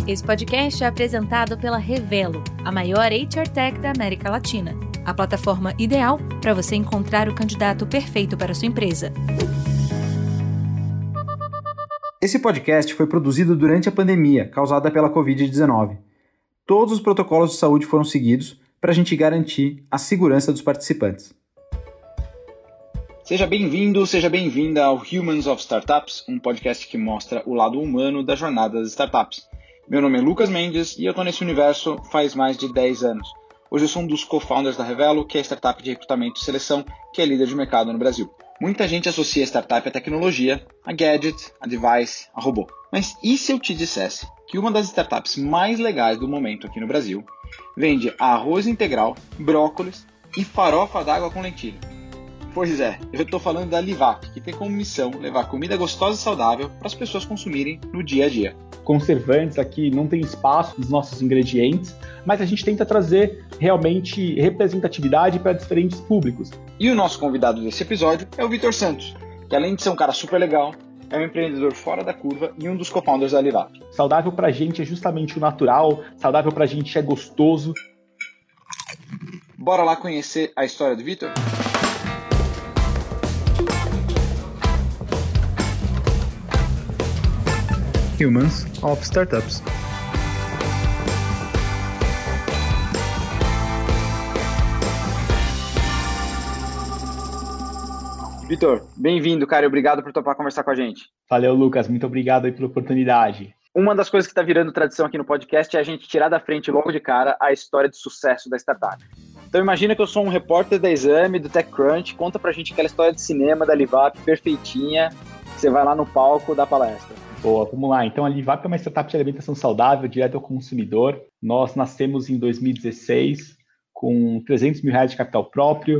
Esse podcast é apresentado pela Revelo, a maior HR Tech da América Latina. A plataforma ideal para você encontrar o candidato perfeito para a sua empresa. Esse podcast foi produzido durante a pandemia causada pela Covid-19. Todos os protocolos de saúde foram seguidos para a gente garantir a segurança dos participantes. Seja bem-vindo, seja bem-vinda ao Humans of Startups, um podcast que mostra o lado humano da jornada das startups. Meu nome é Lucas Mendes e eu estou nesse universo faz mais de 10 anos. Hoje eu sou um dos co-founders da Revelo, que é a startup de recrutamento e seleção, que é líder de mercado no Brasil. Muita gente associa a startup à tecnologia, a gadget, a device, a robô. Mas e se eu te dissesse que uma das startups mais legais do momento aqui no Brasil vende arroz integral, brócolis e farofa d'água com lentilha? Pois é, eu estou falando da Livap, que tem como missão levar comida gostosa e saudável para as pessoas consumirem no dia a dia. Conservantes aqui não tem espaço nos nossos ingredientes, mas a gente tenta trazer realmente representatividade para diferentes públicos. E o nosso convidado desse episódio é o Vitor Santos, que além de ser um cara super legal, é um empreendedor fora da curva e um dos co-founders da Livap. Saudável para a gente é justamente o natural, saudável para a gente é gostoso. Bora lá conhecer a história do Vitor? Humans of Startups. Vitor, bem-vindo, cara, e obrigado por topar conversar com a gente. Valeu, Lucas, muito obrigado aí pela oportunidade. Uma das coisas que está virando tradição aqui no podcast é a gente tirar da frente logo de cara a história de sucesso da startup. Então imagina que eu sou um repórter da Exame, do TechCrunch, conta pra gente aquela história de cinema da Livap perfeitinha, você vai lá no palco dar palestra. Boa, vamos lá. Então, a Livap é uma startup de alimentação saudável, direto ao consumidor. Nós nascemos em 2016 com 300 mil reais de capital próprio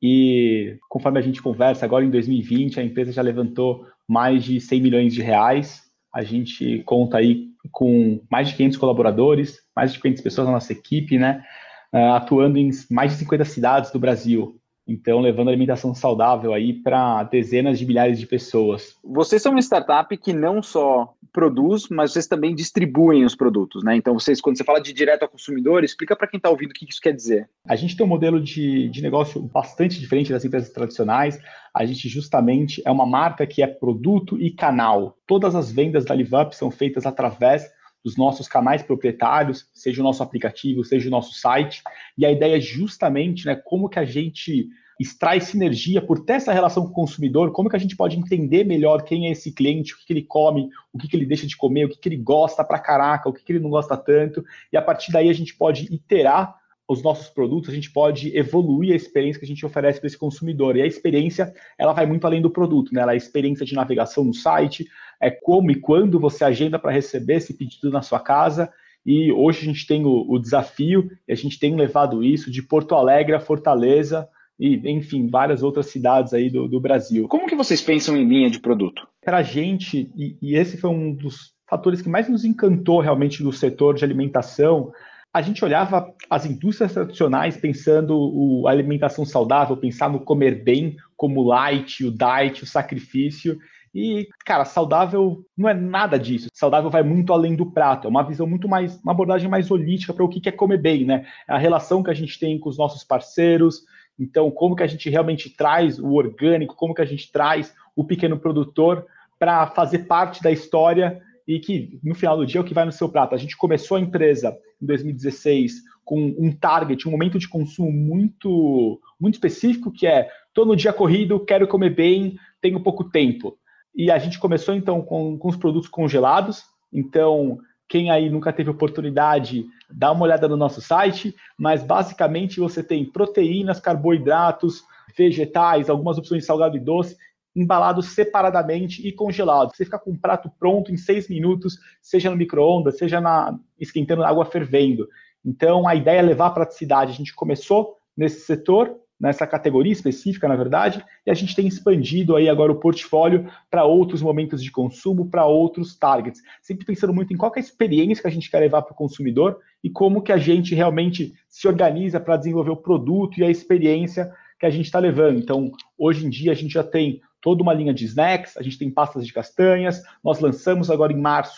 e, conforme a gente conversa, agora em 2020, a empresa já levantou mais de 100 milhões de reais. A gente conta aí com mais de 500 colaboradores, mais de 500 pessoas na nossa equipe, né? Atuando em mais de 50 cidades do Brasil. Então, levando alimentação saudável aí para dezenas de milhares de pessoas. Vocês são uma startup que não só produz, mas vocês também distribuem os produtos, né? Então, quando você fala de direto ao consumidor, explica para quem está ouvindo o que isso quer dizer. A gente tem um modelo de negócio bastante diferente das empresas tradicionais. A gente justamente é uma marca que é produto e canal. Todas as vendas da Livap são feitas através dos nossos canais proprietários, seja o nosso aplicativo, seja o nosso site, e a ideia é justamente, né, como que a gente extrai sinergia por ter essa relação com o consumidor, como que a gente pode entender melhor quem é esse cliente, o que ele come, o que ele deixa de comer, o que ele gosta pra caraca, o que ele não gosta tanto, e a partir daí a gente pode iterar os nossos produtos, a gente pode evoluir a experiência que a gente oferece para esse consumidor. E a experiência, ela vai muito além do produto, né? Ela é a experiência de navegação no site, é como e quando você agenda para receber esse pedido na sua casa. E hoje a gente tem o desafio, e a gente tem levado isso de Porto Alegre a Fortaleza, e, enfim, várias outras cidades aí do Brasil. Como que vocês pensam em linha de produto? Para a gente, e esse foi um dos fatores que mais nos encantou realmente do setor de alimentação, a gente olhava as indústrias tradicionais pensando a alimentação saudável, pensar no comer bem, como o light, o diet, o sacrifício. E, cara, saudável não é nada disso. Saudável vai muito além do prato. É uma visão muito mais, uma abordagem mais holística para o que é comer bem, né? É a relação que a gente tem com os nossos parceiros. Então, como que a gente realmente traz o orgânico, como que a gente traz o pequeno produtor para fazer parte da história e que, no final do dia, é o que vai no seu prato. A gente começou a empresa em 2016 com um target, um momento de consumo muito, muito específico, que é, estou no dia corrido, quero comer bem, tenho pouco tempo. E a gente começou, então, com os produtos congelados. Então, quem aí nunca teve oportunidade, dá uma olhada no nosso site, mas basicamente você tem proteínas, carboidratos, vegetais, algumas opções de salgado e doce, embalados separadamente e congelados. Você fica com um prato pronto em 6 minutos, seja no micro-ondas, seja esquentando água fervendo. Então, a ideia é levar a praticidade. A gente começou nesse setor, nessa categoria específica, na verdade, e a gente tem expandido aí agora o portfólio para outros momentos de consumo, para outros targets, sempre pensando muito em qual que é a experiência que a gente quer levar para o consumidor e como que a gente realmente se organiza para desenvolver o produto e a experiência que a gente está levando. Então, hoje em dia, a gente já tem toda uma linha de snacks, a gente tem pastas de castanhas, nós lançamos agora em março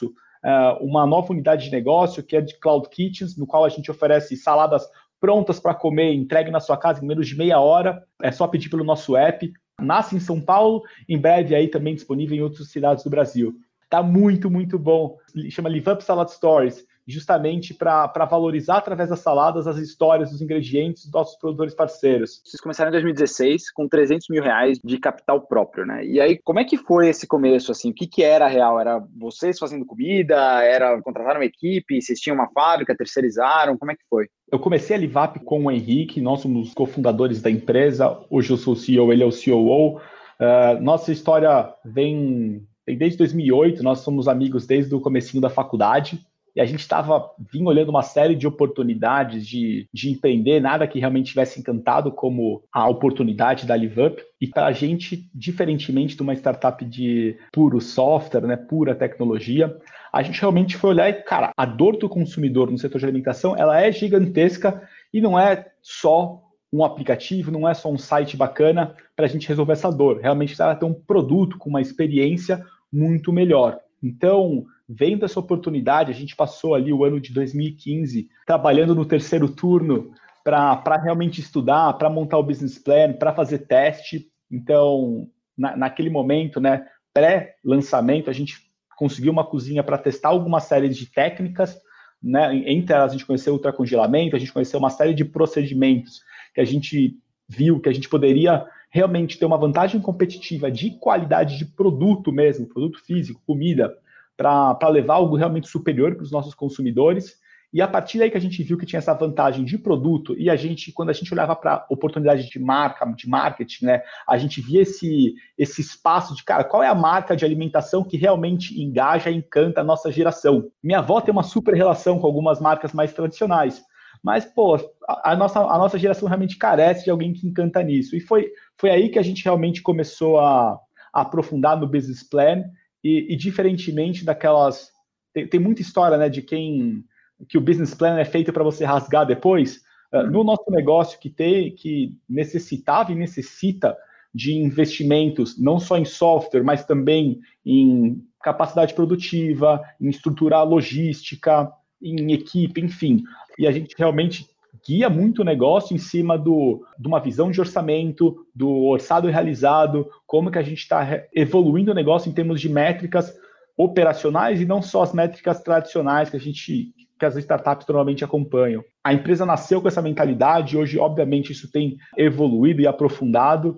uma nova unidade de negócio que é de Cloud Kitchens, no qual a gente oferece saladas prontas para comer, entregue na sua casa em menos de meia hora. É só pedir pelo nosso app. Nasce em São Paulo, em breve aí também disponível em outras cidades do Brasil. Tá muito, muito bom. Chama Live Up Salad Stories, justamente para valorizar através das saladas as histórias dos ingredientes dos nossos produtores parceiros. Vocês começaram em 2016 com R$300 mil de capital próprio, né? E aí, como é que foi esse começo, assim? O que era real? Era vocês fazendo comida? Contrataram uma equipe? Vocês tinham uma fábrica? Terceirizaram? Como é que foi? Eu comecei a Livap com o Henrique, nós somos os cofundadores da empresa, hoje eu sou o CEO, ele é o COO. Nossa história vem desde 2008, nós somos amigos desde o comecinho da faculdade, e a gente vinha olhando uma série de oportunidades de empreender, nada que realmente tivesse encantado como a oportunidade da LiveUp. E para a gente, diferentemente de uma startup de puro software, né, pura tecnologia, a gente realmente foi olhar e, cara, a dor do consumidor no setor de alimentação, ela é gigantesca e não é só um aplicativo, não é só um site bacana para a gente resolver essa dor. Realmente ela tem um produto com uma experiência muito melhor. Então, vendo essa oportunidade, a gente passou ali o ano de 2015 trabalhando no terceiro turno para realmente estudar, para montar o business plan, para fazer teste. Então, naquele momento, né, pré-lançamento, a gente conseguiu uma cozinha para testar alguma série de técnicas, né? Entre elas a gente conheceu ultracongelamento, a gente conheceu uma série de procedimentos que a gente viu que a gente poderia realmente ter uma vantagem competitiva de qualidade de produto mesmo, produto físico, comida, para levar algo realmente superior para os nossos consumidores. E a partir daí que a gente viu que tinha essa vantagem de produto, e quando a gente olhava para oportunidade de marca, de marketing, né, a gente via esse espaço de, cara, qual é a marca de alimentação que realmente engaja e encanta a nossa geração? Minha avó tem uma super relação com algumas marcas mais tradicionais, mas, pô, a nossa geração realmente carece de alguém que encanta nisso. E foi aí que a gente realmente começou a aprofundar no business plan, e diferentemente daquelas... Tem muita história, né, de que o business plan é feito para você rasgar depois. No nosso negócio que necessitava e necessita de investimentos, não só em software, mas também em capacidade produtiva, em estrutura logística, em equipe, enfim. E a gente realmente guia muito o negócio em cima de uma visão de orçamento, do orçado realizado, como que a gente está evoluindo o negócio em termos de métricas operacionais e não só as métricas tradicionais que as startups normalmente acompanham. A empresa nasceu com essa mentalidade, hoje, obviamente, isso tem evoluído e aprofundado,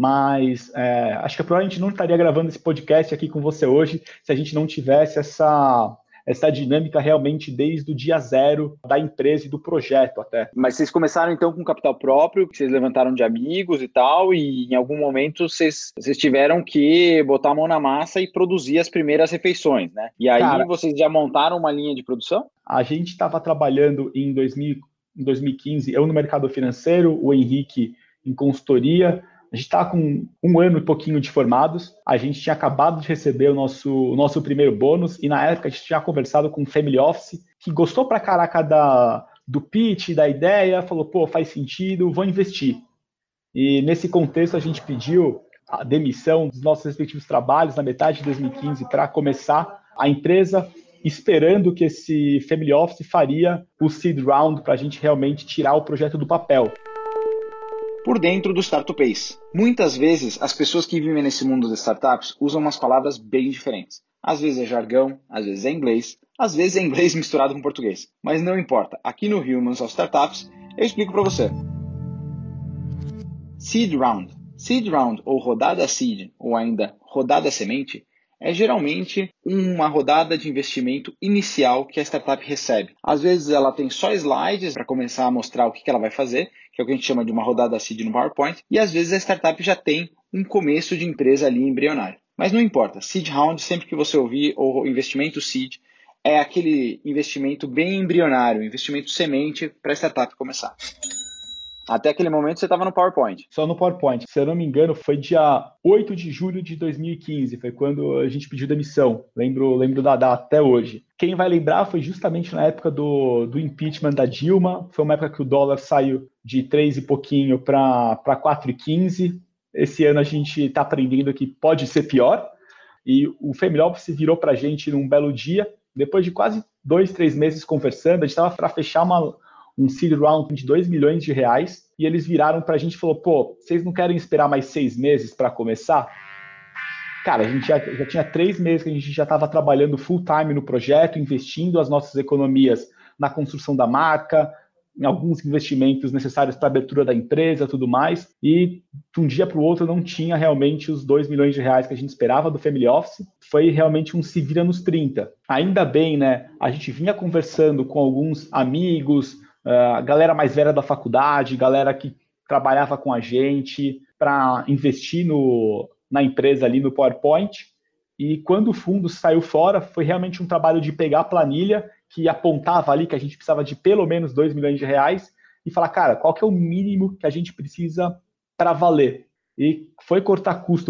mas acho que provavelmente não estaria gravando esse podcast aqui com você hoje se a gente não tivesse essa dinâmica realmente desde o dia zero da empresa e do projeto até. Mas vocês começaram então com capital próprio, que vocês levantaram de amigos e tal, e em algum momento vocês tiveram que botar a mão na massa e produzir as primeiras refeições, né? E aí vocês já montaram uma linha de produção? A gente estava trabalhando em 2015, eu no mercado financeiro, o Henrique em consultoria. A gente estava com 1 ano e pouquinho de formados, a gente tinha acabado de receber o nosso primeiro bônus, e na época a gente tinha conversado com um family office, que gostou pra caraca do pitch, da ideia, falou, pô, faz sentido, vou investir. E nesse contexto a gente pediu a demissão dos nossos respectivos trabalhos na metade de 2015 para começar a empresa, esperando que esse family office faria o seed round para a gente realmente tirar o projeto do papel. Por dentro do Startupês. Muitas vezes, as pessoas que vivem nesse mundo das startups usam umas palavras bem diferentes. Às vezes é jargão, às vezes é inglês, às vezes é inglês misturado com português. Mas não importa, aqui no Humans of Startups, eu explico para você. Seed Round. Seed Round, ou rodada seed, ou ainda rodada semente, é geralmente uma rodada de investimento inicial que a startup recebe. Às vezes ela tem só slides para começar a mostrar o que ela vai fazer, que é o que a gente chama de uma rodada seed no PowerPoint, e às vezes a startup já tem um começo de empresa ali embrionário. Mas não importa, seed round, sempre que você ouvir, ou investimento seed, é aquele investimento bem embrionário, investimento semente para a startup começar. Até aquele momento você estava no PowerPoint. Só no PowerPoint. Se eu não me engano, foi dia 8 de julho de 2015. Foi quando a gente pediu demissão. Lembro da data até hoje. Quem vai lembrar foi justamente na época do impeachment da Dilma. Foi uma época que o dólar saiu de 3 e pouquinho para 4,15. Esse ano a gente está aprendendo que pode ser pior. E o Family Office virou para a gente num belo dia Depois de quase 2, 3 meses conversando, a gente estava para fechar um seed round de 2 milhões de reais, e eles viraram para a gente e falaram, pô, vocês não querem esperar mais 6 meses para começar? Cara, a gente já tinha 3 meses que a gente já estava trabalhando full time no projeto, investindo as nossas economias na construção da marca, em alguns investimentos necessários para a abertura da empresa, tudo mais, e de um dia para o outro não tinha realmente os 2 milhões de reais que a gente esperava do Family Office. Foi realmente um se vira nos 30. Ainda bem, né? A gente vinha conversando com alguns amigos, a galera mais velha da faculdade, galera que trabalhava com a gente para investir na empresa ali no PowerPoint, e quando o fundo saiu fora, foi realmente um trabalho de pegar a planilha que apontava ali que a gente precisava de pelo menos 2 milhões de reais e falar, cara, qual que é o mínimo que a gente precisa para valer? E foi cortar custo,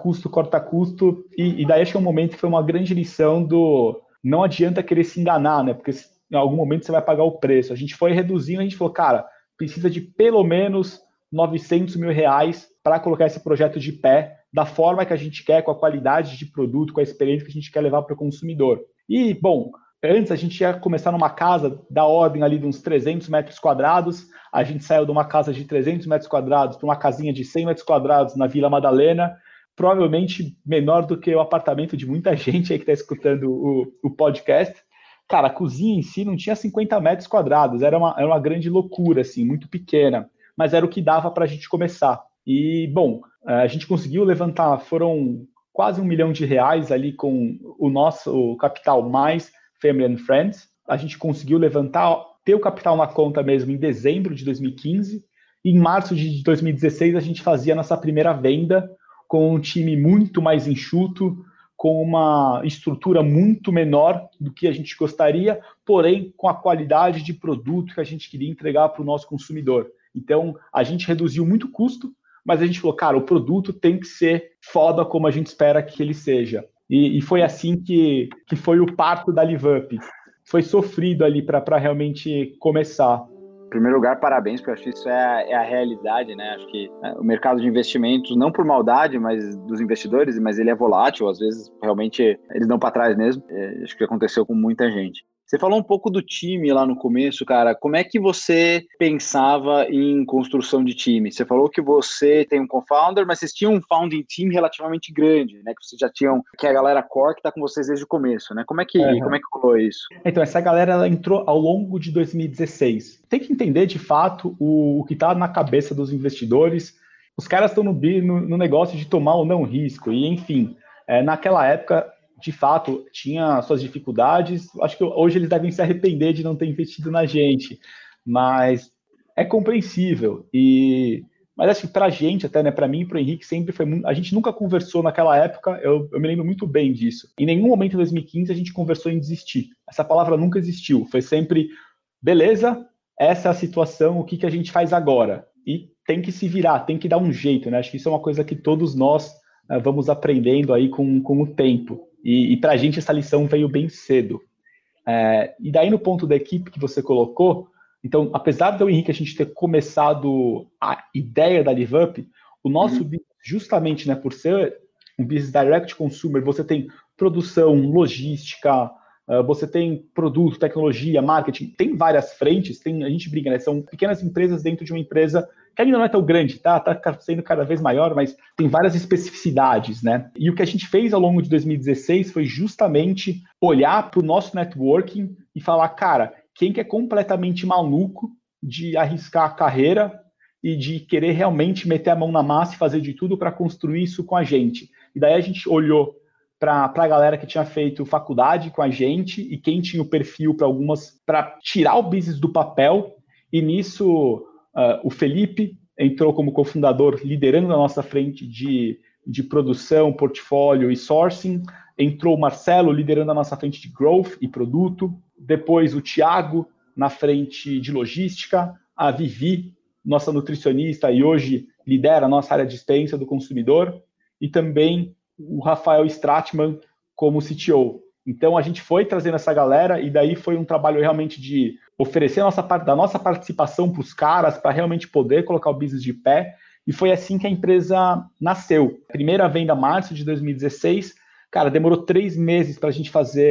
e daí acho que é um momento que foi uma grande lição do não adianta querer se enganar, né? Porque em algum momento você vai pagar o preço. A gente foi reduzindo, a gente falou, cara, precisa de pelo menos 900 mil reais para colocar esse projeto de pé, da forma que a gente quer, com a qualidade de produto, com a experiência que a gente quer levar para o consumidor. E, bom, antes a gente ia começar numa casa da ordem ali de uns 300 metros quadrados, a gente saiu de uma casa de 300 metros quadrados para uma casinha de 100 metros quadrados na Vila Madalena, provavelmente menor do que o apartamento de muita gente aí que está escutando o podcast. Cara, a cozinha em si não tinha 50 metros quadrados, era uma grande loucura, assim, muito pequena, mas era o que dava para a gente começar. E, bom, a gente conseguiu levantar, foram quase 1 milhão de reais ali com o nosso capital mais Family and Friends. A gente conseguiu levantar, ter o capital na conta mesmo em dezembro de 2015. E em março de 2016 a gente fazia nossa primeira venda com um time muito mais enxuto, com uma estrutura muito menor do que a gente gostaria, porém com a qualidade de produto que a gente queria entregar para o nosso consumidor. Então, a gente reduziu muito o custo, mas a gente falou, cara, o produto tem que ser foda como a gente espera que ele seja. E foi assim que foi o parto da LiveUp. Foi sofrido ali para realmente começar. Em primeiro lugar, parabéns, porque eu acho que isso é a realidade, né? Acho que o mercado de investimentos, não por maldade, mas dos investidores, mas ele é volátil, às vezes realmente eles dão para trás mesmo. Acho que aconteceu com muita gente. Você falou um pouco do time lá no começo, cara. Como é que você pensava em construção de time? Você falou que você tem um co-founder, mas vocês tinham um founding team relativamente grande, né? Que vocês já tinham, que é a galera core que está com vocês desde o começo, né? Como é que rolou isso? Então, essa galera ela entrou ao longo de 2016. Tem que entender, de fato, o que está na cabeça dos investidores. Os caras estão no negócio de tomar ou não risco. E, enfim, naquela época, de fato, tinha suas dificuldades. Acho que hoje eles devem se arrepender de não ter investido na gente, mas é compreensível. Mas acho que para a gente, até, né, para mim e para o Henrique, sempre foi muito. A gente nunca conversou naquela época, eu me lembro muito bem disso. Em nenhum momento em 2015 a gente conversou em desistir. Essa palavra nunca existiu. Foi sempre, beleza, essa é a situação, o que a gente faz agora? E tem que se virar, tem que dar um jeito, né? Acho que isso é uma coisa que todos nós vamos aprendendo aí com o tempo. E para a gente essa lição veio bem cedo. E daí no ponto da equipe que você colocou, então, apesar do Henrique a gente ter começado a ideia da LiveUp, o nosso business, justamente, né, por ser um business direct consumer, você tem produção, logística, você tem produto, tecnologia, marketing, tem várias frentes, a gente brinca, né, são pequenas empresas dentro de uma empresa que ainda não é tão grande, tá sendo cada vez maior, mas tem várias especificidades, né? E o que a gente fez ao longo de 2016 foi justamente olhar para o nosso networking e falar, cara, quem que é completamente maluco de arriscar a carreira e de querer realmente meter a mão na massa e fazer de tudo para construir isso com a gente. E daí a gente olhou para a galera que tinha feito faculdade com a gente e quem tinha o perfil para tirar o business do papel. E nisso o Felipe entrou como cofundador, liderando a nossa frente de produção, portfólio e sourcing. Entrou o Marcelo, liderando a nossa frente de growth e produto. Depois o Thiago, na frente de logística. A Vivi, nossa nutricionista, e hoje lidera a nossa área de experiência do consumidor. E também o Rafael Stratman como CTO. Então, a gente foi trazendo essa galera e daí foi um trabalho realmente de oferecer da nossa participação para os caras, para realmente poder colocar o business de pé. E foi assim que a empresa nasceu. Primeira venda, março de 2016. Cara, demorou 3 meses para a gente fazer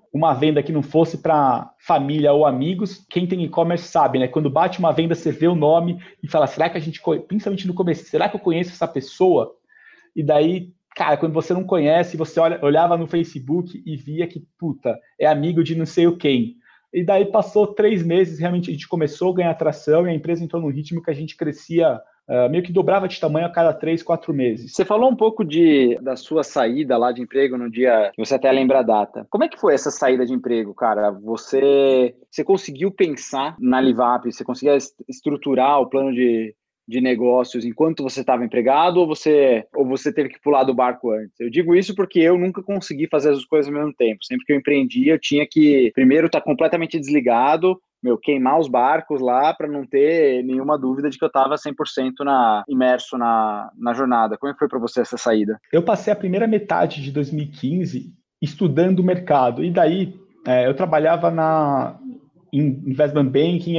uma venda que não fosse para família ou amigos. Quem tem e-commerce sabe, né? Quando bate uma venda, você vê o nome e fala, será que a gente, principalmente no começo, será que eu conheço essa pessoa? E daí, cara, quando você não conhece, você olhava no Facebook e via que, puta, é amigo de não sei o quem. E daí passou 3 meses, realmente a gente começou a ganhar atração e a empresa entrou num ritmo que a gente crescia, meio que dobrava de tamanho a cada 3, 4 meses. Você falou um pouco da sua saída lá de emprego no dia que você até lembra a data. Como é que foi essa saída de emprego, cara? Você conseguiu pensar na Livap? Você conseguia estruturar o plano de negócios enquanto você estava empregado ou você teve que pular do barco antes? Eu digo isso porque eu nunca consegui fazer as coisas ao mesmo tempo. Sempre que eu empreendia, eu tinha que primeiro estar completamente desligado, queimar os barcos lá para não ter nenhuma dúvida de que eu estava 100% imerso na jornada. Como é que foi para você essa saída? Eu passei a primeira metade de 2015 estudando o mercado, e daí eu trabalhava em Investment Banking e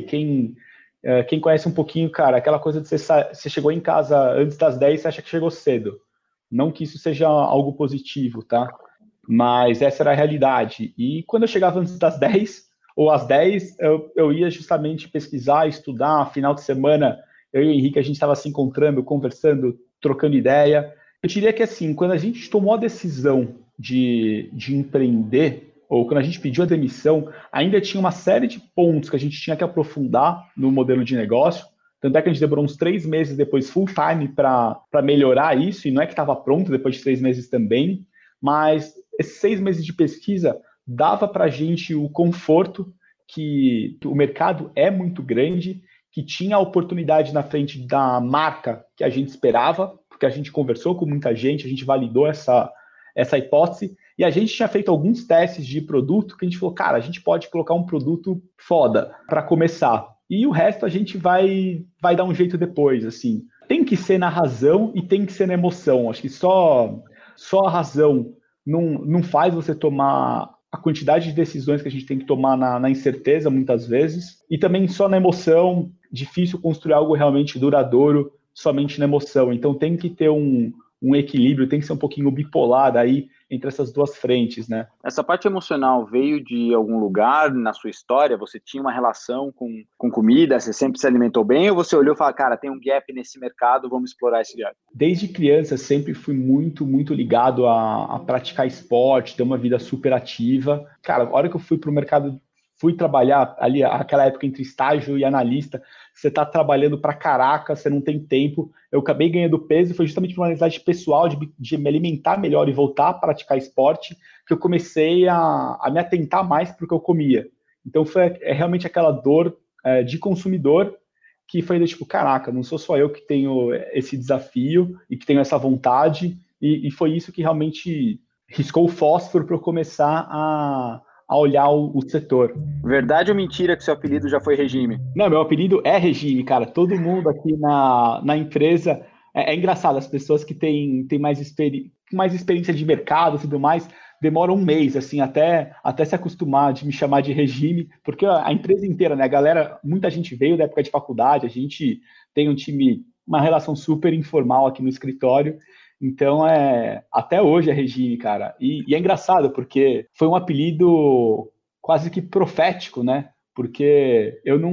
M&A. Quem conhece um pouquinho, cara, aquela coisa de você chegou em casa antes das 10, você acha que chegou cedo. Não que isso seja algo positivo, tá? Mas essa era a realidade. E quando eu chegava antes das 10, ou às 10, eu ia justamente pesquisar, estudar. Final de semana, eu e o Henrique, a gente estava se encontrando, conversando, trocando ideia. Eu diria que, assim, quando a gente tomou a decisão de empreender, ou quando a gente pediu a demissão, ainda tinha uma série de pontos que a gente tinha que aprofundar no modelo de negócio. Tanto é que a gente demorou uns 3 meses depois, full time, para melhorar isso, e não é que estava pronto depois de 3 meses também, mas esses 6 meses de pesquisa dava para a gente o conforto que o mercado é muito grande, que tinha a oportunidade na frente da marca que a gente esperava, porque a gente conversou com muita gente, a gente validou essa hipótese, e a gente tinha feito alguns testes de produto que a gente falou, cara, a gente pode colocar um produto foda para começar, e o resto a gente vai dar um jeito depois, assim. Tem que ser na razão e tem que ser na emoção. Acho que só a razão não faz você tomar a quantidade de decisões que a gente tem que tomar na incerteza, muitas vezes, e também só na emoção, difícil construir algo realmente duradouro somente na emoção. Então tem que ter um equilíbrio, tem que ser um pouquinho bipolar aí entre essas duas frentes, né? Essa parte emocional veio de algum lugar na sua história? Você tinha uma relação com comida? Você sempre se alimentou bem? Ou você olhou e falou, cara, tem um gap nesse mercado, vamos explorar esse gap? Desde criança, sempre fui muito, muito ligado a praticar esporte, ter uma vida super ativa. Cara, a hora que eu fui para o mercado, fui trabalhar ali, aquela época entre estágio e analista, você está trabalhando para caraca, você não tem tempo. Eu acabei ganhando peso, foi justamente por uma necessidade pessoal de me alimentar melhor e voltar a praticar esporte, que eu comecei a me atentar mais para o que eu comia. Então foi realmente aquela dor de consumidor, que foi tipo, caraca, não sou só eu que tenho esse desafio e que tenho essa vontade, e foi isso que realmente riscou o fósforo para eu começar a olhar o setor. Verdade ou mentira que seu apelido já foi Regime? Não, meu apelido é Regime, cara. Todo mundo aqui na empresa... É engraçado, as pessoas que têm mais experiência de mercado e tudo mais, demoram 1 mês, assim, até se acostumar de me chamar de Regime, porque a empresa inteira, né, a galera, muita gente veio da época de faculdade, a gente tem um time, uma relação super informal aqui no escritório, então até hoje é Regime, cara. E é engraçado, porque foi um apelido quase que profético, né, porque eu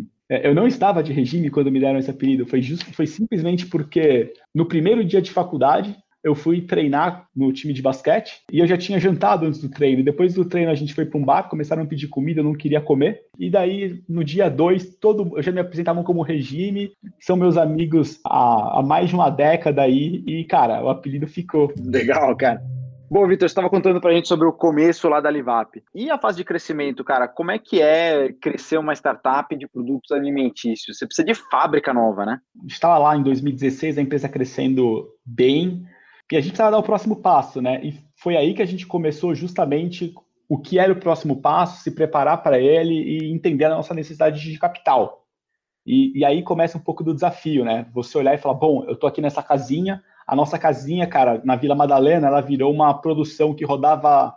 não estava de regime quando me deram esse apelido, foi simplesmente porque no primeiro dia de faculdade eu fui treinar no time de basquete e eu já tinha jantado antes do treino. Depois do treino a gente foi para um bar, começaram a pedir comida, eu não queria comer. E daí no dia 2, eu já me apresentavam como Regime, são meus amigos há mais de uma década aí e, cara, o apelido ficou. Legal, cara. Bom, Vitor, você estava contando pra gente sobre o começo lá da Livap. E a fase de crescimento, cara? Como é que é crescer uma startup de produtos alimentícios? Você precisa de fábrica nova, né? A gente estava lá em 2016, a empresa crescendo bem, e a gente precisava dar o próximo passo, né? E foi aí que a gente começou justamente o que era o próximo passo, se preparar para ele e entender a nossa necessidade de capital. E aí começa um pouco do desafio, né? Você olhar e falar, bom, eu tô aqui nessa casinha, a nossa casinha, cara, na Vila Madalena, ela virou uma produção que rodava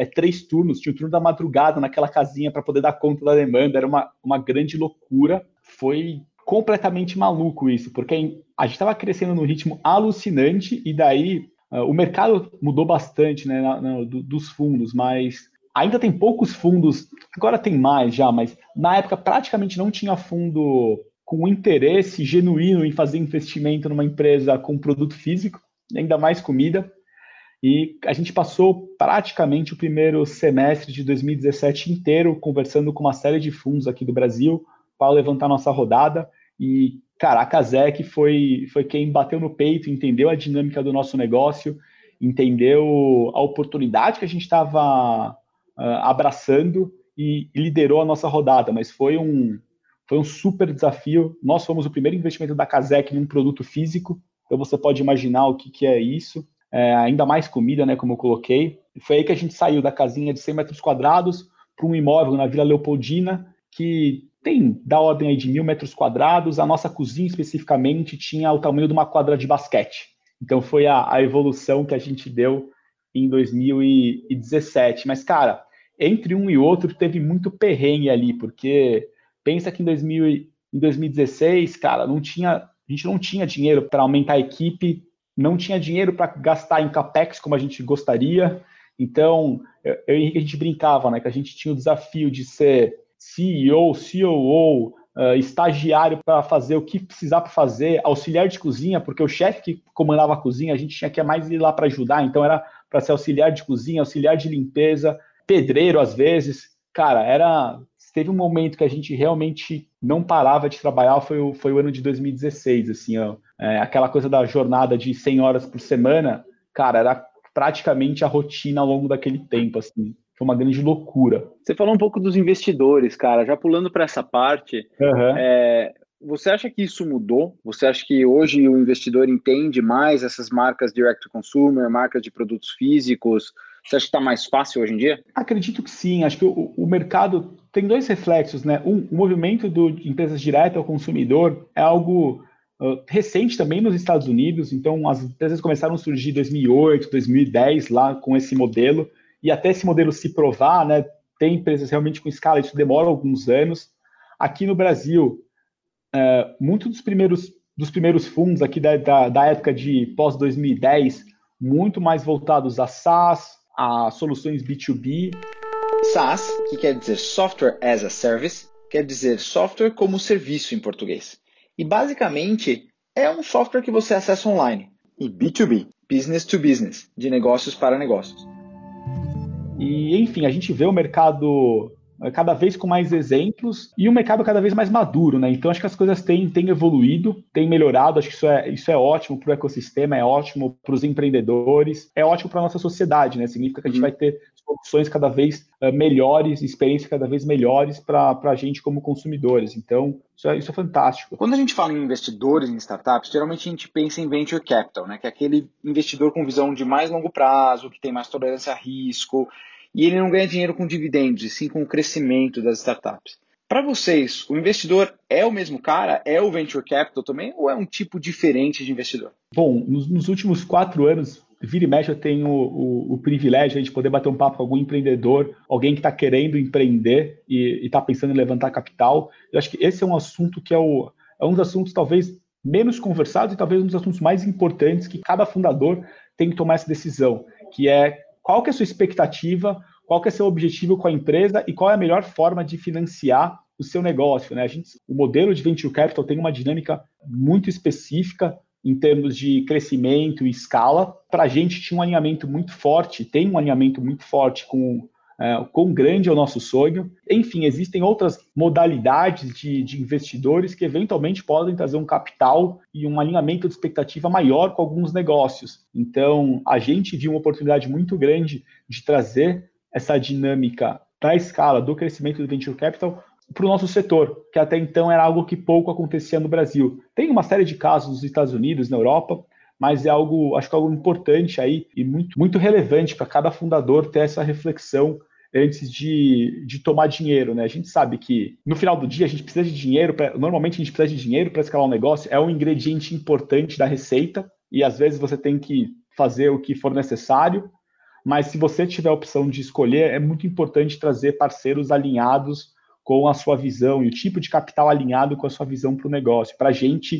3 turnos, tinha o turno da madrugada naquela casinha para poder dar conta da demanda, era uma grande loucura. Foi completamente maluco isso, porque a gente estava crescendo num ritmo alucinante e daí o mercado mudou bastante, né, dos fundos, mas ainda tem poucos fundos, agora tem mais já, mas na época praticamente não tinha fundo com interesse genuíno em fazer investimento numa empresa com produto físico, ainda mais comida. E a gente passou praticamente o primeiro semestre de 2017 inteiro conversando com uma série de fundos aqui do Brasil para levantar nossa rodada. E, cara, a Casec foi quem bateu no peito, entendeu a dinâmica do nosso negócio, entendeu a oportunidade que a gente estava abraçando e liderou a nossa rodada. Mas foi um super desafio. Nós fomos o primeiro investimento da Casec em um produto físico, então você pode imaginar o que é isso. Ainda mais comida, né, como eu coloquei. Foi aí que a gente saiu da casinha de 100 metros quadrados para um imóvel na Vila Leopoldina, que tem da ordem aí de 1.000 metros quadrados. A nossa cozinha, especificamente, tinha o tamanho de uma quadra de basquete. Então, foi a evolução que a gente deu em 2017. Mas, cara, entre um e outro, teve muito perrengue ali, porque pensa que em 2016, cara, a gente não tinha dinheiro para aumentar a equipe, não tinha dinheiro para gastar em capex como a gente gostaria. Então, eu e o Henrique, a gente brincava, né, que a gente tinha o desafio de ser CEO, COO, estagiário para fazer o que precisar para fazer, auxiliar de cozinha, porque o chefe que comandava a cozinha, a gente tinha que mais ir lá para ajudar, então era para ser auxiliar de cozinha, auxiliar de limpeza, pedreiro às vezes. Cara, teve um momento que a gente realmente não parava de trabalhar, foi o ano de 2016, assim, ó. Aquela coisa da jornada de 100 horas por semana, cara, era praticamente a rotina ao longo daquele tempo, assim. Foi uma grande loucura. Você falou um pouco dos investidores, cara, já pulando para essa parte, você acha que isso mudou? Você acha que hoje o investidor entende mais essas marcas direct to consumer, marcas de produtos físicos? Você acha que está mais fácil hoje em dia? Acredito que sim. Acho que o mercado tem dois reflexos, né? O movimento de empresas diretas ao consumidor é algo recente também nos Estados Unidos. Então, as empresas começaram a surgir em 2008, 2010, lá com esse modelo. E até esse modelo se provar, né? Tem empresas realmente com escala, isso demora alguns anos. Aqui no Brasil, muitos dos primeiros fundos aqui da época de pós-2010, muito mais voltados a SaaS, a soluções B2B. SaaS, que quer dizer Software as a Service, quer dizer software como serviço em português. E basicamente é um software que você acessa online. E B2B, Business to Business, de negócios para negócios. E, enfim, a gente vê o mercado cada vez com mais exemplos e o mercado cada vez mais maduro, né? Então, acho que as coisas têm evoluído, têm melhorado. Acho que isso é ótimo para o ecossistema, é ótimo para os empreendedores, é ótimo para a nossa sociedade, né? Significa que a gente vai ter soluções cada vez melhores, experiências cada vez melhores para a gente como consumidores. Então, isso é fantástico. Quando a gente fala em investidores em startups, geralmente a gente pensa em venture capital, né? Que é aquele investidor com visão de mais longo prazo, que tem mais tolerância a risco, e ele não ganha dinheiro com dividendos, e sim com o crescimento das startups. Para vocês, o investidor é o mesmo cara? É o venture capital também? Ou é um tipo diferente de investidor? Bom, nos últimos 4 anos, vira e mexe, eu tenho o privilégio de poder bater um papo com algum empreendedor, alguém que está querendo empreender e está pensando em levantar capital. Eu acho que esse é um assunto que é um dos assuntos talvez menos conversados e talvez um dos assuntos mais importantes que cada fundador tem que tomar essa decisão, que é qual que é a sua expectativa, qual que é o seu objetivo com a empresa e qual é a melhor forma de financiar o seu negócio, né? O modelo de venture capital tem uma dinâmica muito específica em termos de crescimento e escala. Para a gente tinha um alinhamento muito forte, tem um alinhamento muito forte com quão grande é o nosso sonho. Enfim, existem outras modalidades de investidores que eventualmente podem trazer um capital e um alinhamento de expectativa maior com alguns negócios. Então, a gente viu uma oportunidade muito grande de trazer essa dinâmica da escala do crescimento do venture capital para o nosso setor, que até então era algo que pouco acontecia no Brasil. Tem uma série de casos nos Estados Unidos, na Europa, mas acho que é algo importante aí e muito, muito relevante para cada fundador ter essa reflexão antes de tomar dinheiro, né? A gente sabe que no final do dia a gente precisa de dinheiro, normalmente a gente precisa de dinheiro para escalar um negócio, é um ingrediente importante da receita e às vezes você tem que fazer o que for necessário, mas se você tiver a opção de escolher, é muito importante trazer parceiros alinhados com a sua visão e o tipo de capital alinhado com a sua visão para o negócio. Para a gente,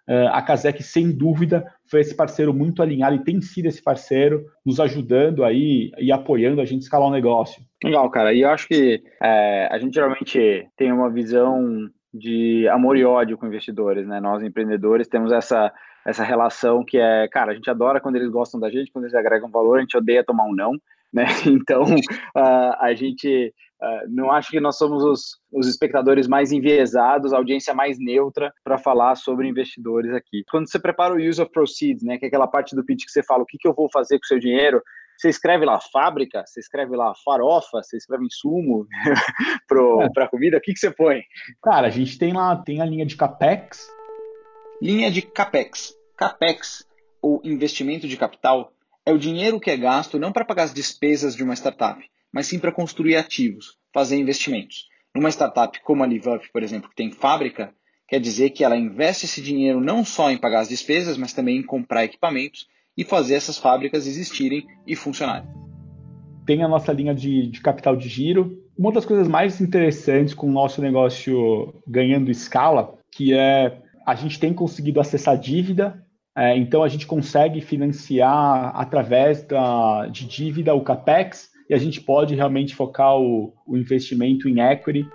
A Casec, sem dúvida, foi esse parceiro muito alinhado e tem sido esse parceiro nos ajudando aí e apoiando a gente a escalar o negócio. Legal, cara. E eu acho que a gente geralmente tem uma visão de amor e ódio com investidores, né? Nós, empreendedores, temos essa relação que cara, a gente adora quando eles gostam da gente, quando eles agregam valor, a gente odeia tomar um não, né? Então, a gente não acho que nós somos os espectadores mais enviesados, a audiência mais neutra para falar sobre investidores aqui. Quando você prepara o use of proceeds, né, que é aquela parte do pitch que você fala o que eu vou fazer com o seu dinheiro, você escreve lá fábrica, você escreve lá farofa, você escreve insumo para comida, o que você põe? Cara, a gente tem a linha de CAPEX. Linha de CAPEX. CAPEX, ou investimento de capital, é o dinheiro que é gasto não para pagar as despesas de uma startup, mas sim para construir ativos, fazer investimentos. Numa startup como a LiveUp, por exemplo, que tem fábrica, quer dizer que ela investe esse dinheiro não só em pagar as despesas, mas também em comprar equipamentos e fazer essas fábricas existirem e funcionarem. Tem a nossa linha de capital de giro. Uma das coisas mais interessantes com o nosso negócio ganhando escala, que é a gente tem conseguido acessar dívida, então a gente consegue financiar através de dívida o CAPEX e a gente pode realmente focar o investimento em equity.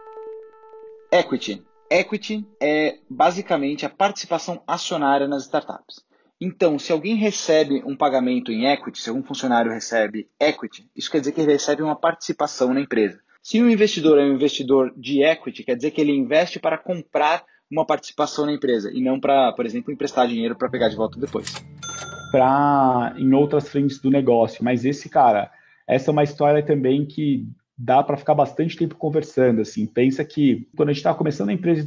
Equity é basicamente a participação acionária nas startups. Então, se alguém recebe um pagamento em equity, se algum funcionário recebe equity, isso quer dizer que ele recebe uma participação na empresa. Se um investidor é um investidor de equity, quer dizer que ele investe para comprar uma participação na empresa e não para, por exemplo, emprestar dinheiro para pegar de volta depois. Em outras frentes do negócio. Mas essa é uma história também que dá para ficar bastante tempo conversando. Assim. Pensa que quando a gente estava começando a empresa em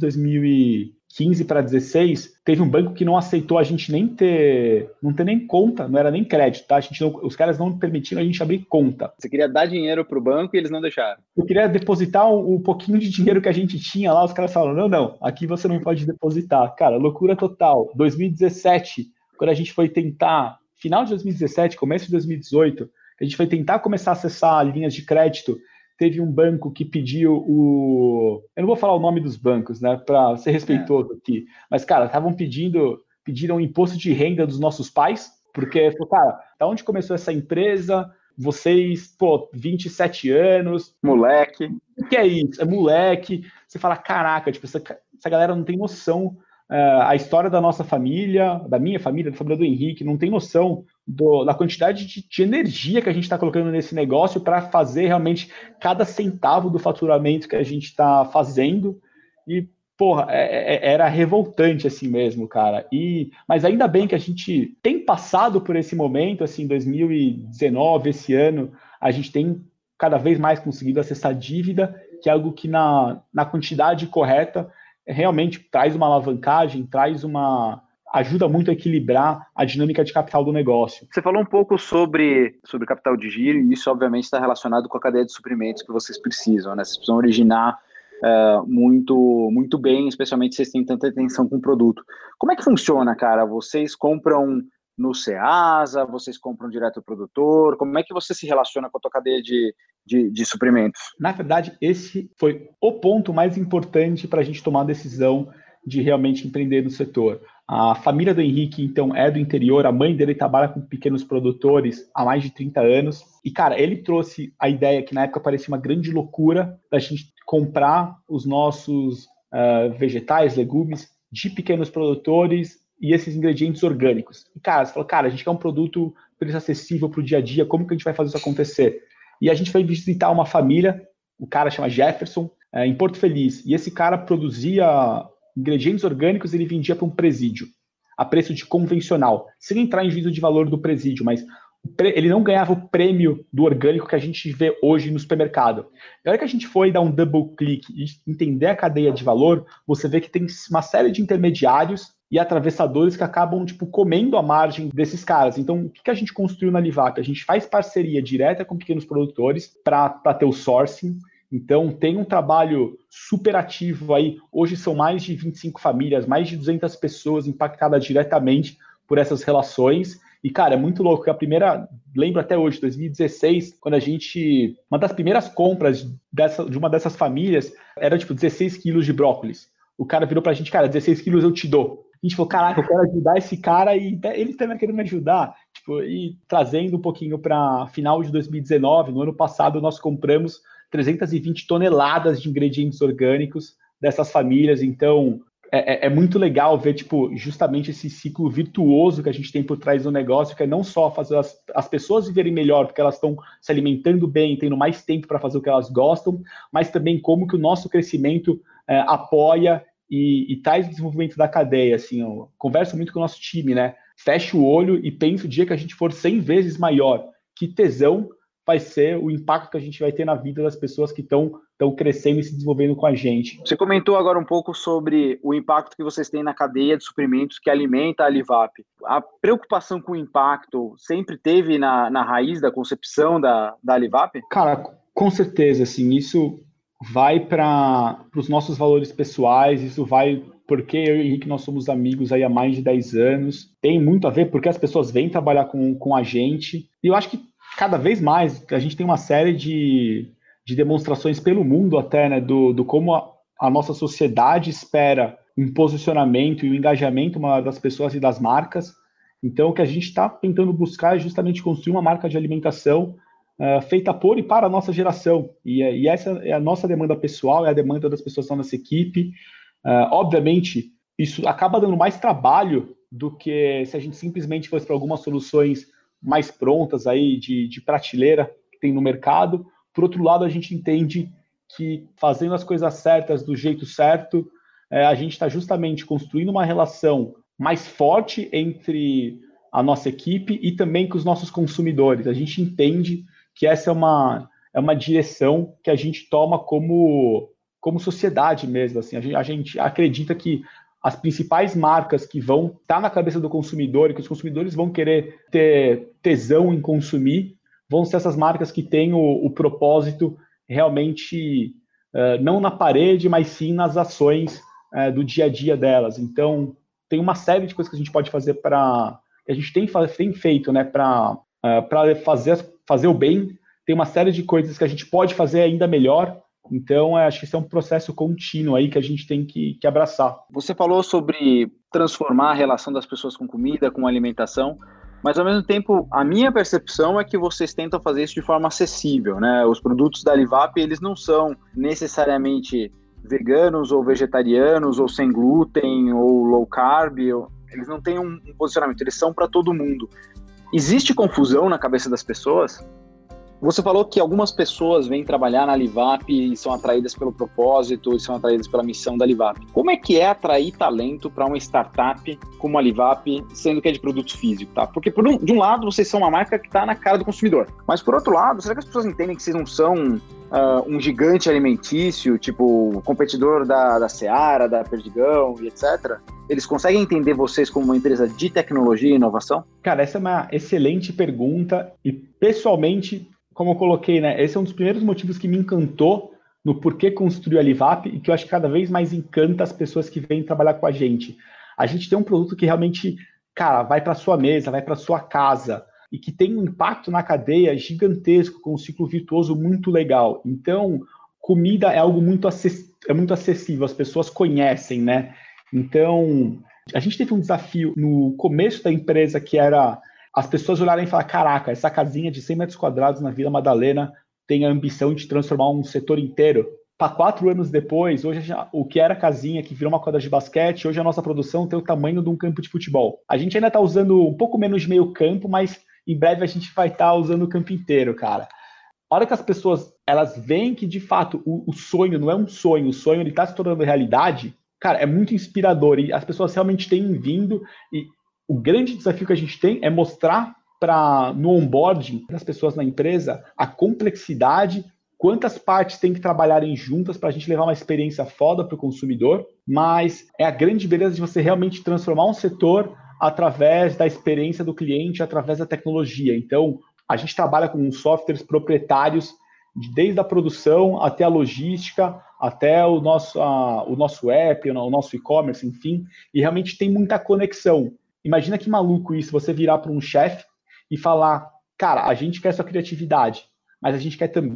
2015 para 2016, teve um banco que não aceitou a gente não ter nem conta, não era nem crédito, tá? Os caras não permitiram a gente abrir conta. Você queria dar dinheiro para o banco e eles não deixaram. Eu queria depositar um pouquinho de dinheiro que a gente tinha lá, os caras falaram, não, aqui você não pode depositar. Cara, loucura total. 2017, quando a gente foi tentar, final de 2017, começo de 2018, a gente foi tentar começar a acessar linhas de crédito, teve um banco que pediu eu não vou falar o nome dos bancos, né, para ser respeitoso aqui, mas, cara, pediram o imposto de renda dos nossos pais, porque, cara, da onde começou essa empresa? Vocês, 27 anos. Moleque. O que é isso? É moleque. Você fala, caraca, tipo, essa galera não tem noção. A história da nossa família, da minha família, da família do Henrique, não tem noção da quantidade de energia que a gente está colocando nesse negócio para fazer realmente cada centavo do faturamento que a gente está fazendo. E, era revoltante assim mesmo, cara. Mas ainda bem que a gente tem passado por esse momento, assim, 2019, esse ano, a gente tem cada vez mais conseguido acessar dívida, que é algo que na quantidade correta realmente traz uma alavancagem, ajuda muito a equilibrar a dinâmica de capital do negócio. Você falou um pouco sobre capital de giro, e isso obviamente está relacionado com a cadeia de suprimentos que vocês precisam, né? Vocês precisam originar muito, muito bem, especialmente se vocês têm tanta atenção com o produto. Como é que funciona, cara? Vocês compram no Ceasa, vocês compram direto do produtor? Como é que você se relaciona com a tua cadeia de suprimentos? Na verdade, esse foi o ponto mais importante para a gente tomar a decisão de realmente empreender no setor. A família do Henrique, então, é do interior, a mãe dele trabalha com pequenos produtores há mais de 30 anos. E, cara, ele trouxe a ideia que na época parecia uma grande loucura da gente comprar os nossos vegetais, legumes de pequenos produtores e esses ingredientes orgânicos. E, cara, você falou, a gente quer um produto preço acessível para o dia a dia, como que a gente vai fazer isso acontecer? E a gente foi visitar uma família, o cara chama Jefferson, em Porto Feliz, e esse cara produzia ingredientes orgânicos e ele vendia para um presídio, a preço de convencional, sem entrar em juízo de valor do presídio, mas ele não ganhava o prêmio do orgânico que a gente vê hoje no supermercado. Na hora que a gente foi dar um double click e entender a cadeia de valor, você vê que tem uma série de intermediários e atravessadores que acabam comendo a margem desses caras. Então, o que a gente construiu na Livap? A gente faz parceria direta com pequenos produtores para ter o sourcing. Então, tem um trabalho super ativo aí. Hoje são mais de 25 famílias, mais de 200 pessoas impactadas diretamente por essas relações. E, cara, é muito louco. Lembro até hoje, 2016, quando uma das primeiras compras de uma dessas famílias era 16 quilos de brócolis. O cara virou pra gente, cara, 16 quilos eu te dou. a gente falou, caraca, eu quero ajudar esse cara e ele também querendo me ajudar. Tipo, e trazendo um pouquinho para final de 2019, no ano passado nós compramos 320 toneladas de ingredientes orgânicos dessas famílias, então é muito legal ver, tipo, justamente esse ciclo virtuoso que a gente tem por trás do negócio, que é não só fazer as pessoas viverem melhor, porque elas estão se alimentando bem, tendo mais tempo para fazer o que elas gostam, mas também como que o nosso crescimento apoia e traz o desenvolvimento da cadeia. Assim, eu converso muito com o nosso time, né? Fecho o olho e penso o dia que a gente for 100 vezes maior, que tesão vai ser o impacto que a gente vai ter na vida das pessoas que estão crescendo e se desenvolvendo com a gente. Você comentou agora um pouco sobre o impacto que vocês têm na cadeia de suprimentos que alimenta a Alivap. A preocupação com o impacto sempre teve na raiz da concepção da Alivap? Cara, com certeza, assim, isso vai para os nossos valores pessoais, isso vai porque eu e o Henrique, nós somos amigos aí há mais de 10 anos, tem muito a ver porque as pessoas vêm trabalhar com a gente, e eu acho que cada vez mais a gente tem uma série de demonstrações pelo mundo até, né, do como a nossa sociedade espera um posicionamento e um engajamento das pessoas e das marcas. Então, o que a gente está tentando buscar é justamente construir uma marca de alimentação feita por e para a nossa geração. E essa é a nossa demanda pessoal, é a demanda das pessoas da nossa equipe. Obviamente, isso acaba dando mais trabalho do que se a gente simplesmente fosse para algumas soluções mais prontas aí de prateleira que tem no mercado. Por outro lado, a gente entende que fazendo as coisas certas do jeito certo, a gente está justamente construindo uma relação mais forte entre a nossa equipe e também com os nossos consumidores. A gente entende que essa é uma direção que a gente toma como sociedade mesmo. Assim, a gente acredita que as principais marcas que vão estar na cabeça do consumidor e que os consumidores vão querer ter tesão em consumir vão ser essas marcas que têm o propósito realmente não na parede, mas sim nas ações do dia a dia delas. Então, tem uma série de coisas que a gente pode fazer que a gente tem feito, né, para fazer o bem. Tem uma série de coisas que a gente pode fazer ainda melhor. Então, acho que esse é um processo contínuo aí que a gente tem que abraçar. Você falou sobre transformar a relação das pessoas com comida, com alimentação, mas ao mesmo tempo, a minha percepção é que vocês tentam fazer isso de forma acessível, né? Os produtos da Alivap, eles não são necessariamente veganos ou vegetarianos, ou sem glúten, ou low carb, eles não têm um posicionamento, eles são para todo mundo. Existe confusão na cabeça das pessoas? Você falou que algumas pessoas vêm trabalhar na Alivap e são atraídas pelo propósito e são atraídas pela missão da Alivap. Como é que é atrair talento para uma startup como a Alivap, sendo que é de produtos físicos, tá? Porque, de um lado, vocês são uma marca que está na cara do consumidor. Mas, por outro lado, será que as pessoas entendem que vocês não são um gigante alimentício, tipo competidor da Seara, da Perdigão e etc.? Eles conseguem entender vocês como uma empresa de tecnologia e inovação? Cara, essa é uma excelente pergunta e, pessoalmente, como eu coloquei, né, esse é um dos primeiros motivos que me encantou no porquê construir a Alivap e que eu acho que cada vez mais encanta as pessoas que vêm trabalhar com a gente. A gente tem um produto que realmente, cara, vai para sua mesa, vai para sua casa e que tem um impacto na cadeia gigantesco, com um ciclo virtuoso muito legal. Então, comida é algo muito acessível, as pessoas conhecem, né? Então, a gente teve um desafio no começo da empresa que era as pessoas olharem e falar, caraca, essa casinha de 100 metros quadrados na Vila Madalena tem a ambição de transformar um setor inteiro. Para 4 anos depois, hoje o que era casinha, que virou uma quadra de basquete, hoje a nossa produção tem o tamanho de um campo de futebol. A gente ainda está usando um pouco menos de meio campo, mas em breve a gente vai estar usando o campo inteiro, cara. A hora que as pessoas elas veem que, de fato, o sonho não é um sonho, o sonho está se tornando realidade, cara, é muito inspirador. E as pessoas realmente têm vindo e o grande desafio que a gente tem é mostrar no onboarding das pessoas na empresa a complexidade, quantas partes tem que trabalharem juntas para a gente levar uma experiência foda para o consumidor, mas é a grande beleza de você realmente transformar um setor através da experiência do cliente, através da tecnologia. Então, a gente trabalha com softwares proprietários, desde a produção até a logística, até o nosso app, o nosso e-commerce, enfim, e realmente tem muita conexão. Imagina que maluco isso, você virar para um chefe e falar, cara, a gente quer sua criatividade, mas a gente quer também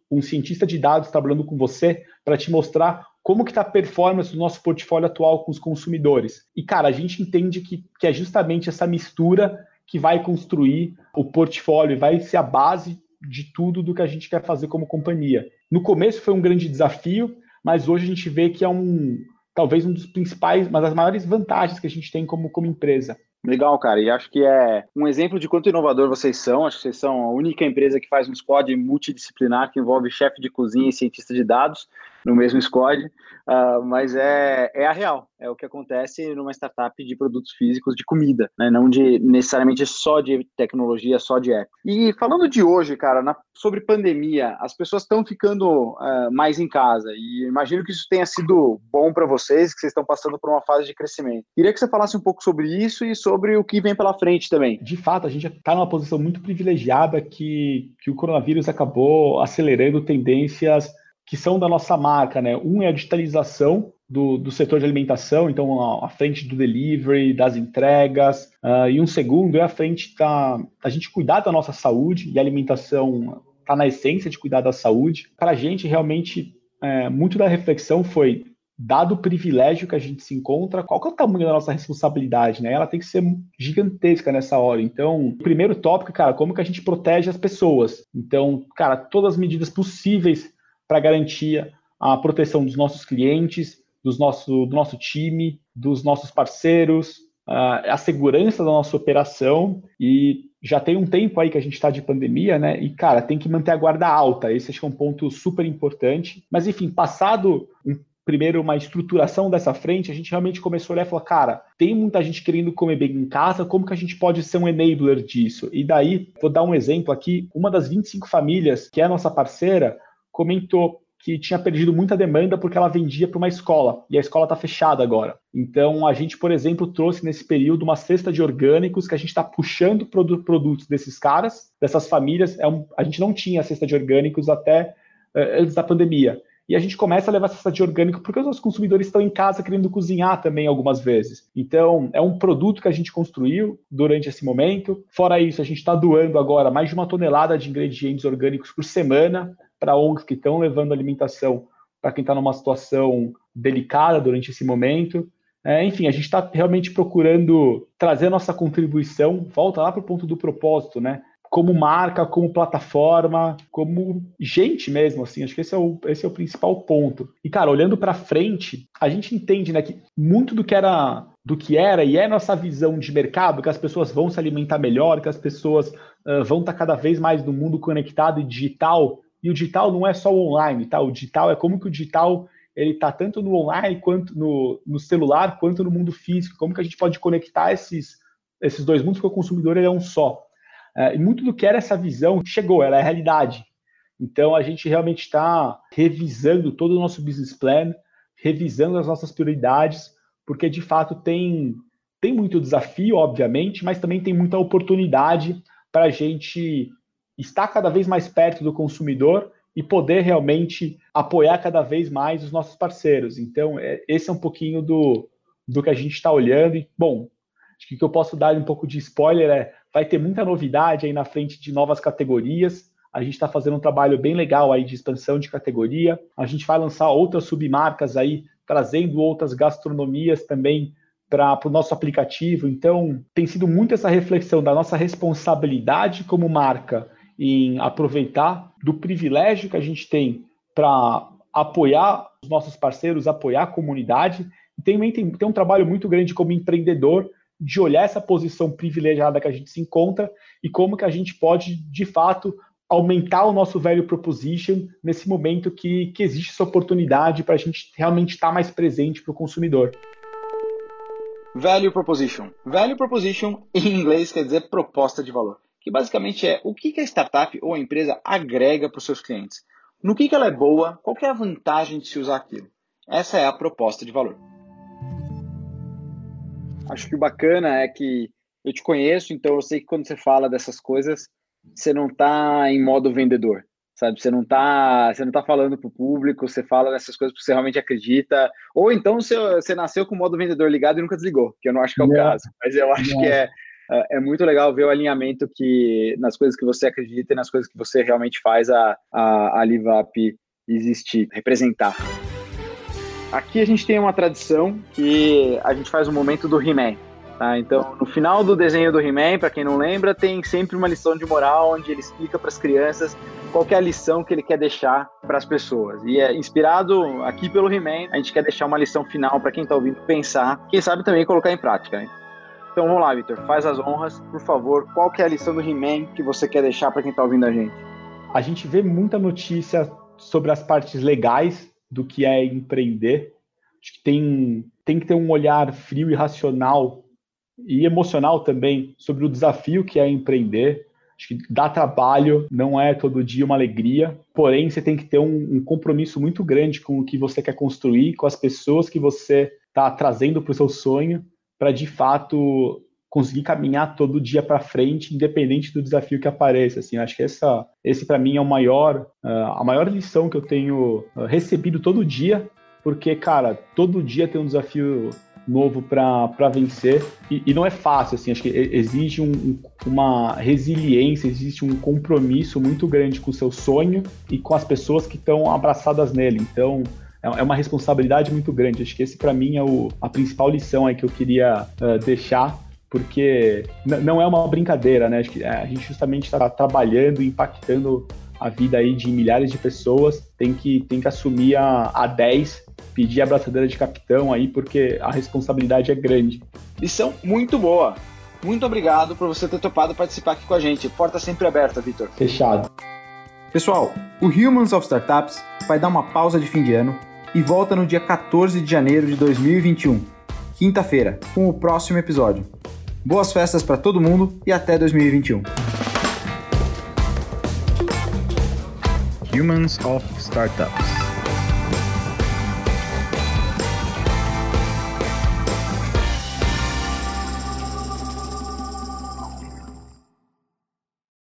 um cientista de dados trabalhando com você para te mostrar como que está a performance do nosso portfólio atual com os consumidores. E, cara, a gente entende que é justamente essa mistura que vai construir o portfólio e vai ser a base de tudo do que a gente quer fazer como companhia. No começo foi um grande desafio, mas hoje a gente vê que é talvez um dos principais, uma das maiores vantagens que a gente tem como empresa. Legal, cara, e acho que é um exemplo de quanto inovador vocês são. Acho que vocês são a única empresa que faz um squad multidisciplinar que envolve chefe de cozinha e cientista de dados no mesmo squad, mas é a real, é o que acontece numa startup de produtos físicos de comida, né? Não de necessariamente só de tecnologia, só de app. E falando de hoje, cara, sobre pandemia, as pessoas estão ficando mais em casa, e imagino que isso tenha sido bom para vocês, que vocês estão passando por uma fase de crescimento. Queria que você falasse um pouco sobre isso e sobre o que vem pela frente também. De fato, a gente está numa posição muito privilegiada que o coronavírus acabou acelerando tendências que são da nossa marca, né? Um é a digitalização do setor de alimentação, então a frente do delivery, das entregas, e um segundo é a frente da gente cuidar da nossa saúde, e a alimentação está na essência de cuidar da saúde. Para a gente, realmente, muito da reflexão foi, dado o privilégio que a gente se encontra, qual que é o tamanho da nossa responsabilidade, né? Ela tem que ser gigantesca nessa hora. Então, o primeiro tópico, cara, como que a gente protege as pessoas? Então, cara, todas as medidas possíveis para garantir a proteção dos nossos clientes, do nosso time, dos nossos parceiros, a segurança da nossa operação. E já tem um tempo aí que a gente está de pandemia, né? E, cara, tem que manter a guarda alta. Esse acho que é um ponto super importante. Mas, enfim, passado primeiro uma estruturação dessa frente, a gente realmente começou a olhar e falar, cara, tem muita gente querendo comer bem em casa, como que a gente pode ser um enabler disso? E daí, vou dar um exemplo aqui, uma das 25 famílias, que é a nossa parceira, comentou que tinha perdido muita demanda porque ela vendia para uma escola, e a escola está fechada agora. Então, a gente, por exemplo, trouxe nesse período uma cesta de orgânicos que a gente está puxando produtos desses caras, dessas famílias. A gente não tinha cesta de orgânicos até antes da pandemia. E a gente começa a levar cesta de orgânico porque os nossos consumidores estão em casa querendo cozinhar também algumas vezes. Então, é um produto que a gente construiu durante esse momento. Fora isso, a gente está doando agora mais de 1 tonelada de ingredientes orgânicos por semana para ONGs que estão levando alimentação para quem está numa situação delicada durante esse momento. Enfim, a gente está realmente procurando trazer a nossa contribuição, volta lá para o ponto do propósito, né? Como marca, como plataforma, como gente mesmo, assim, acho que esse é o principal ponto. E, cara, olhando para frente, a gente entende, né, que muito do que era e é nossa visão de mercado, que as pessoas vão se alimentar melhor, que as pessoas vão estar cada vez mais no mundo conectado e digital. E o digital não é só o online, tá? O digital é como que o digital ele está tanto no online, quanto no celular, quanto no mundo físico. Como que a gente pode conectar esses dois mundos, porque o consumidor ele é um só. E muito do que era essa visão chegou, ela é a realidade. Então, a gente realmente está revisando todo o nosso business plan, revisando as nossas prioridades, porque, de fato, tem muito desafio, obviamente, mas também tem muita oportunidade para a gente estar cada vez mais perto do consumidor e poder realmente apoiar cada vez mais os nossos parceiros. Então, esse é um pouquinho do que a gente está olhando. E, bom, acho que o que eu posso dar um pouco de spoiler vai ter muita novidade aí na frente de novas categorias. A gente está fazendo um trabalho bem legal aí de expansão de categoria. A gente vai lançar outras submarcas aí, trazendo outras gastronomias também para o nosso aplicativo. Então, tem sido muito essa reflexão da nossa responsabilidade como marca em aproveitar do privilégio que a gente tem para apoiar os nossos parceiros, apoiar a comunidade. E tem um trabalho muito grande como empreendedor de olhar essa posição privilegiada que a gente se encontra e como que a gente pode, de fato, aumentar o nosso value proposition nesse momento que existe essa oportunidade para a gente realmente estar mais presente para o consumidor. Value proposition. Value proposition, em inglês, quer dizer proposta de valor, que basicamente é o que a startup ou a empresa agrega para os seus clientes. No que ela é boa, qual que é a vantagem de se usar aquilo. Essa é a proposta de valor. Acho que o bacana é que eu te conheço, então eu sei que quando você fala dessas coisas, você não está em modo vendedor, sabe? Você não tá falando para o público, você fala dessas coisas porque você realmente acredita. Ou então você nasceu com o modo vendedor ligado e nunca desligou, que eu não acho que é o caso. Mas eu acho que é muito legal ver o alinhamento nas coisas que você acredita e nas coisas que você realmente faz a LiveUp existir, representar. Aqui a gente tem uma tradição que a gente faz o momento do He-Man. Tá? Então, no final do desenho do He-Man, para quem não lembra, tem sempre uma lição de moral onde ele explica para as crianças qual que é a lição que ele quer deixar para as pessoas. E é inspirado aqui pelo He-Man, a gente quer deixar uma lição final para quem está ouvindo pensar, quem sabe também colocar em prática. Né? Então vamos lá, Vitor, faz as honras, por favor. Qual que é a lição do He-Man que você quer deixar para quem está ouvindo a gente? A gente vê muita notícia sobre as partes legais do que é empreender. Acho que tem que ter um olhar frio e racional e emocional também sobre o desafio que é empreender. Acho que dá trabalho, não é todo dia uma alegria, porém você tem que ter um compromisso muito grande com o que você quer construir, com as pessoas que você está trazendo para o seu sonho, para de fato conseguir caminhar todo dia para frente, independente do desafio que apareça. Assim, acho que esse para mim é a maior lição que eu tenho recebido todo dia, porque, cara, todo dia tem um desafio novo para vencer e não é fácil, assim, acho que exige uma resiliência, existe um compromisso muito grande com o seu sonho e com as pessoas que estão abraçadas nele, então é uma responsabilidade muito grande. Acho que esse para mim é a principal lição aí que eu queria deixar, porque não é uma brincadeira, né? Acho que a gente justamente está trabalhando e impactando a vida aí de milhares de pessoas, tem que assumir a 10, pedir a abraçadeira de capitão aí, porque a responsabilidade é grande. Lição muito boa. Muito obrigado por você ter topado participar aqui com a gente. Porta sempre aberta, Vitor. Fechado. Pessoal, o Humans of Startups vai dar uma pausa de fim de ano e volta no dia 14 de janeiro de 2021, quinta-feira, com o próximo episódio. Boas festas para todo mundo e até 2021. Humans of Startups.